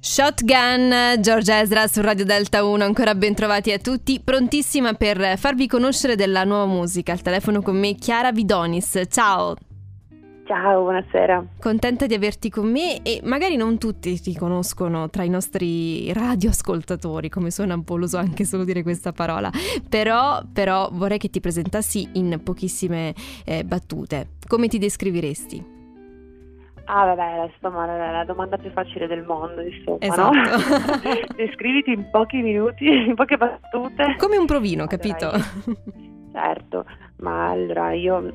Shotgun, Giorgia Ezra su Radio Delta 1, ancora ben trovati a tutti, prontissima per farvi conoscere della nuova musica. Al telefono con me Chiara Vidonis, ciao! Ciao, buonasera. Contenta di averti con me e magari non tutti ti conoscono tra i nostri radioascoltatori, come suona un po', lo so anche solo dire questa parola, però vorrei che ti presentassi in pochissime battute. Come ti descriveresti? Vabbè, la domanda più facile del mondo, insomma, esatto. No? Descriviti in pochi minuti, in poche battute. Come un provino, capito? Certo, ma allora io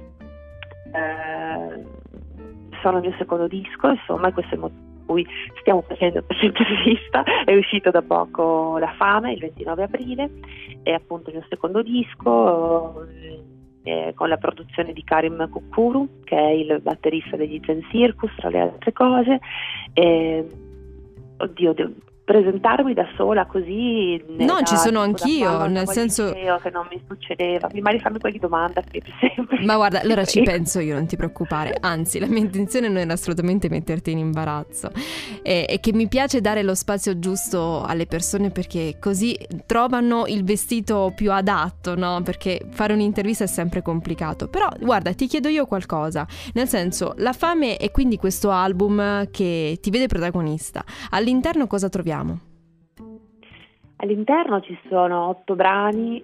sono il mio secondo disco, insomma, e questo è il motivo per cui stiamo facendo questa intervista. È uscito da poco La Fame, il 29 aprile, è appunto il mio secondo disco, con la produzione di Karim Kukuru, che è il batterista degli Zen Circus, tra le altre cose. Presentarmi da sola così no, ci sono anch'io, nel senso che non mi succedeva, prima di farmi qualche domanda sempre. Ma guarda, allora ci penso io, non ti preoccupare, anzi la mia intenzione non era assolutamente metterti in imbarazzo, e che mi piace dare lo spazio giusto alle persone, perché così trovano il vestito più adatto, no? Perché fare un'intervista è sempre complicato. Però guarda, ti chiedo io qualcosa, nel senso, La Fame è quindi questo album che ti vede protagonista. All'interno cosa troviamo? All'interno ci sono 8 brani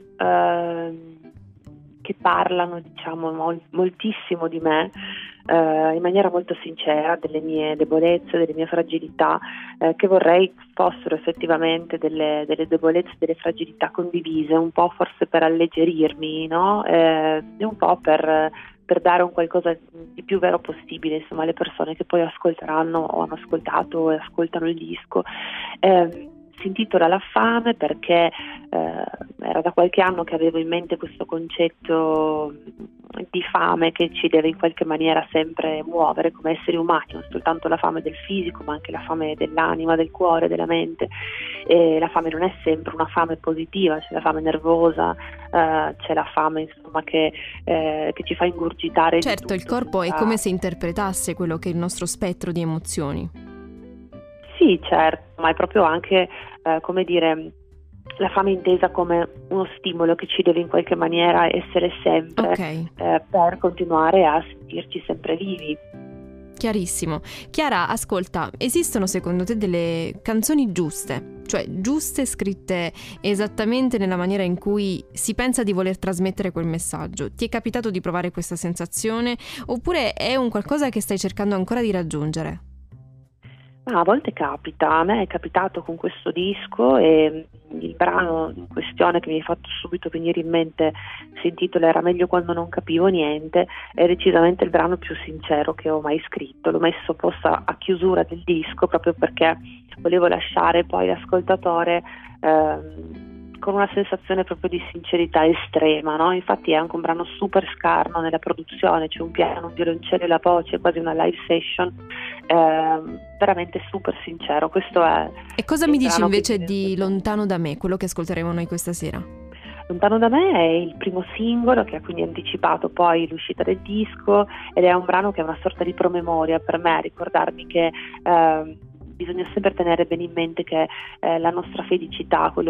che parlano, diciamo, moltissimo di me, in maniera molto sincera, delle mie debolezze, delle mie fragilità, che vorrei fossero effettivamente delle debolezze, delle fragilità condivise, un po' forse per alleggerirmi, no? E un po' per dare un qualcosa di più vero possibile, insomma, alle persone che poi ascolteranno o hanno ascoltato e ascoltano il disco. Si intitola La Fame perché era da qualche anno che avevo in mente questo concetto di fame che ci deve in qualche maniera sempre muovere come esseri umani, non soltanto la fame del fisico ma anche la fame dell'anima, del cuore, della mente. E la fame non è sempre una fame positiva, c'è la fame nervosa, c'è la fame, insomma, che ci fa ingurgitare. Certo, il corpo è come se interpretasse quello che è il nostro spettro di emozioni. Sì, certo, ma è proprio anche, come dire, la fame intesa come uno stimolo che ci deve in qualche maniera essere sempre, okay, per continuare a sentirci sempre vivi. Chiarissimo. Chiara, ascolta, esistono secondo te delle canzoni giuste? Cioè giuste, scritte esattamente nella maniera in cui si pensa di voler trasmettere quel messaggio? Ti è capitato di provare questa sensazione? Oppure è un qualcosa che stai cercando ancora di raggiungere? A volte capita, a me è capitato con questo disco, e il brano in questione che mi hai fatto subito venire in mente si intitola Era meglio quando non capivo niente, è decisamente il brano più sincero che ho mai scritto. L'ho messo posta a chiusura del disco proprio perché volevo lasciare poi l'ascoltatore con una sensazione proprio di sincerità estrema, no? Infatti è anche un brano super scarno nella produzione, c'è un piano, un violoncello e la voce, quasi una live session, veramente super sincero. Questo è. E cosa mi dici invece di Lontano da me, quello che ascolteremo noi questa sera? Lontano da me è il primo singolo che ha quindi anticipato poi l'uscita del disco, ed è un brano che è una sorta di promemoria per me, ricordarmi che bisogna sempre tenere bene in mente che la nostra felicità, quello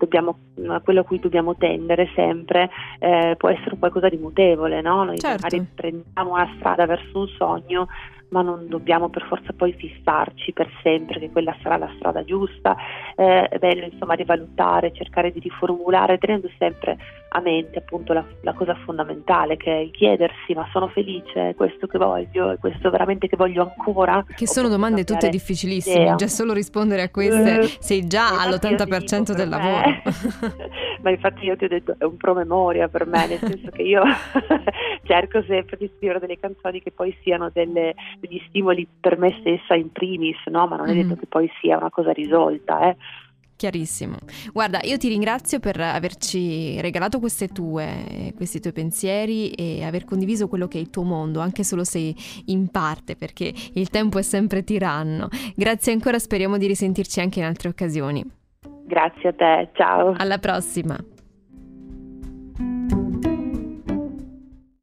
a cui dobbiamo tendere sempre, può essere qualcosa di mutevole, no? Noi certo, magari prendiamo una strada verso un sogno, ma non dobbiamo per forza poi fissarci per sempre che quella sarà la strada giusta. È bello, insomma, rivalutare, cercare di riformulare, tenendo sempre a mente appunto la cosa fondamentale, che è il chiedersi: ma sono felice, è questo che voglio, è questo veramente che voglio ancora? Che sono domande tutte difficilissime, già solo rispondere a queste sei già all'80% del lavoro. Ma infatti io ti ho detto, è un promemoria per me, nel senso che io cerco sempre di scrivere delle canzoni che poi siano degli stimoli per me stessa in primis, no? Ma non è detto che poi sia una cosa risolta, Chiarissimo. Guarda, io ti ringrazio per averci regalato questi tuoi pensieri e aver condiviso quello che è il tuo mondo, anche solo se in parte, perché il tempo è sempre tiranno. Grazie ancora, speriamo di risentirci anche in altre occasioni. Grazie a te, ciao. Alla prossima.